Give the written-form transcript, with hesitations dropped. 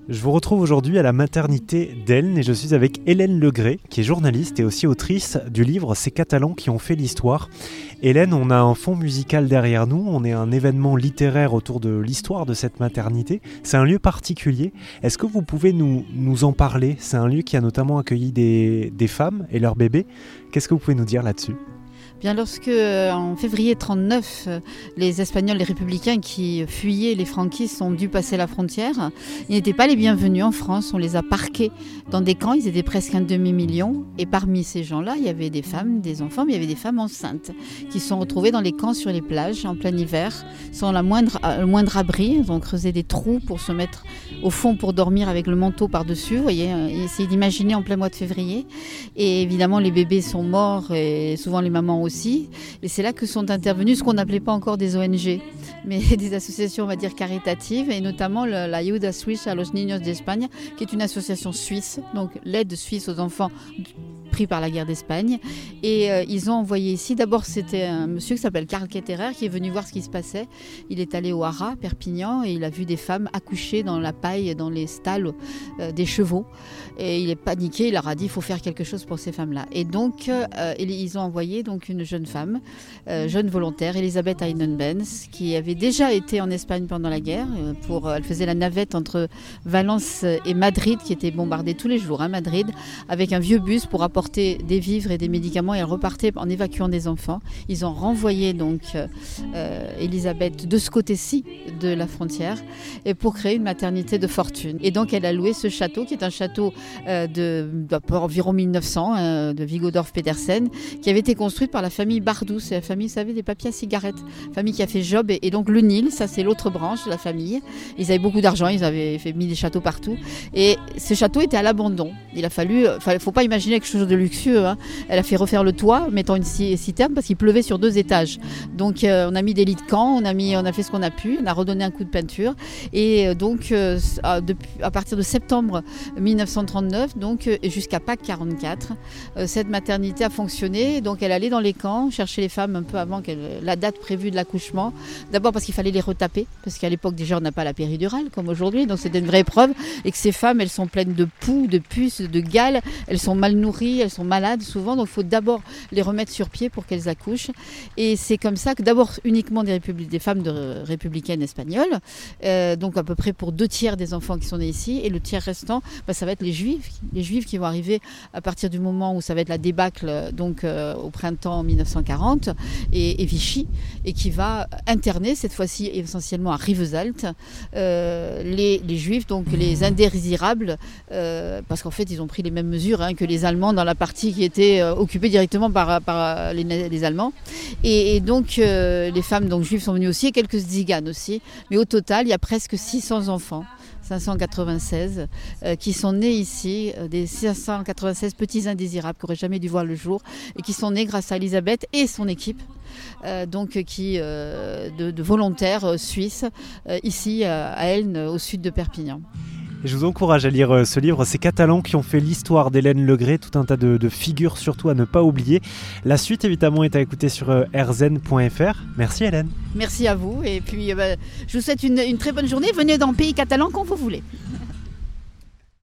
Je vous retrouve aujourd'hui à la maternité d'Elne et je suis avec Hélène Legré, qui est journaliste et aussi autrice du livre « Ces Catalans qui ont fait l'histoire ». Hélène, on a un fond musical derrière nous, on est un événement littéraire autour de l'histoire de cette maternité. C'est un lieu particulier. Est-ce que vous pouvez nous en parler ? C'est un lieu qui a notamment accueilli des femmes et leurs bébés. Qu'est-ce que vous pouvez nous dire là-dessus ? Bien, lorsque, en février 1939, les Espagnols, les républicains qui fuyaient les franquistes ont dû passer la frontière, ils n'étaient pas les bienvenus en France. On les a parqués dans des camps, ils étaient presque 1,5 million. Et parmi ces gens-là, il y avait des femmes, des enfants, mais il y avait des femmes enceintes qui se sont retrouvées dans les camps sur les plages en plein hiver, sans le moindre abri. Ils ont creusé des trous pour se mettre au fond pour dormir avec le manteau par-dessus. Vous voyez, essayez d'imaginer en plein mois de février. Et évidemment, les bébés sont morts et souvent les mamans aussi. Et c'est là que sont intervenus ce qu'on n'appelait pas encore des ONG, mais des associations, on va dire, caritatives, et notamment la Ayuda Suisse a los Niños de España, qui est une association suisse, donc l'aide suisse aux enfants pris par la guerre d'Espagne. Et ils ont envoyé ici, d'abord c'était un monsieur qui s'appelle Karl Ketterer qui est venu voir ce qui se passait. Il est allé au Haras, Perpignan, et il a vu des femmes accoucher dans la paille, dans les stalles des chevaux. Et il est paniqué, il leur a dit il faut faire quelque chose pour ces femmes-là. Et donc ils ont envoyé donc une jeune femme, jeune volontaire, Elisabeth Aynenbens, qui avait déjà été en Espagne pendant la guerre. Elle faisait la navette entre Valence et Madrid, qui était bombardée tous les jours, Madrid, avec un vieux bus pour apporter des vivres et des médicaments, et elle repartait en évacuant des enfants. Ils ont renvoyé donc Elisabeth de ce côté-ci de la frontière et pour créer une maternité de fortune. Et donc elle a loué ce château, qui est un château d'environ 1900, de Vigodorf Pedersen, qui avait été construite par la famille Bardou. C'est la famille, vous savez, des papiers à cigarettes. Famille qui a fait Job et donc le Nil, ça c'est l'autre branche de la famille. Ils avaient beaucoup d'argent, ils avaient mis des châteaux partout. Et ce château était à l'abandon. Il faut pas imaginer quelque chose de luxueux. Elle a fait refaire le toit, mettant une citerne parce qu'il pleuvait sur 2 étages. Donc on a mis des lits de camp, on a fait ce qu'on a pu, on a redonné un coup de peinture. Et donc à partir de septembre 1939, donc jusqu'à Pâques 44, cette maternité a fonctionné. Donc elle allait dans les camps chercher les femmes un peu avant la date prévue de l'accouchement. D'abord parce qu'il fallait les retaper, parce qu'à l'époque déjà on n'a pas la péridurale comme aujourd'hui, donc c'était une vraie épreuve. Et que ces femmes, elles sont pleines de poux, de puces, de gales, elles sont mal nourries, elles sont malades souvent, donc il faut d'abord les remettre sur pied pour qu'elles accouchent. Et c'est comme ça que d'abord uniquement des femmes républicaines espagnoles, donc à peu près pour 2/3 des enfants qui sont nés ici, et le tiers restant, ça va être les juifs qui vont arriver à partir du moment où ça va être la débâcle, donc au printemps 1940, et Vichy, et qui va interner cette fois-ci essentiellement à Rivesaltes les juifs, donc les indésirables, parce qu'en fait ils ont pris les mêmes mesures que les Allemands dans la partie qui était occupée directement par les Allemands. Et donc les femmes donc, juives sont venues aussi, et quelques tziganes aussi. Mais au total, il y a presque 600 enfants. 596 qui sont nés ici, des 596 petits indésirables qui n'auraient jamais dû voir le jour et qui sont nés grâce à Elisabeth et son équipe, de volontaires suisses ici à Elne, au sud de Perpignan. Et je vous encourage à lire ce livre, Ces Catalans qui ont fait l'histoire d'Hélène Legré, tout un tas de figures surtout à ne pas oublier. La suite évidemment est à écouter sur rzn.fr. Merci Hélène. Merci à vous, et puis je vous souhaite une très bonne journée. Venez dans le pays catalan quand vous voulez.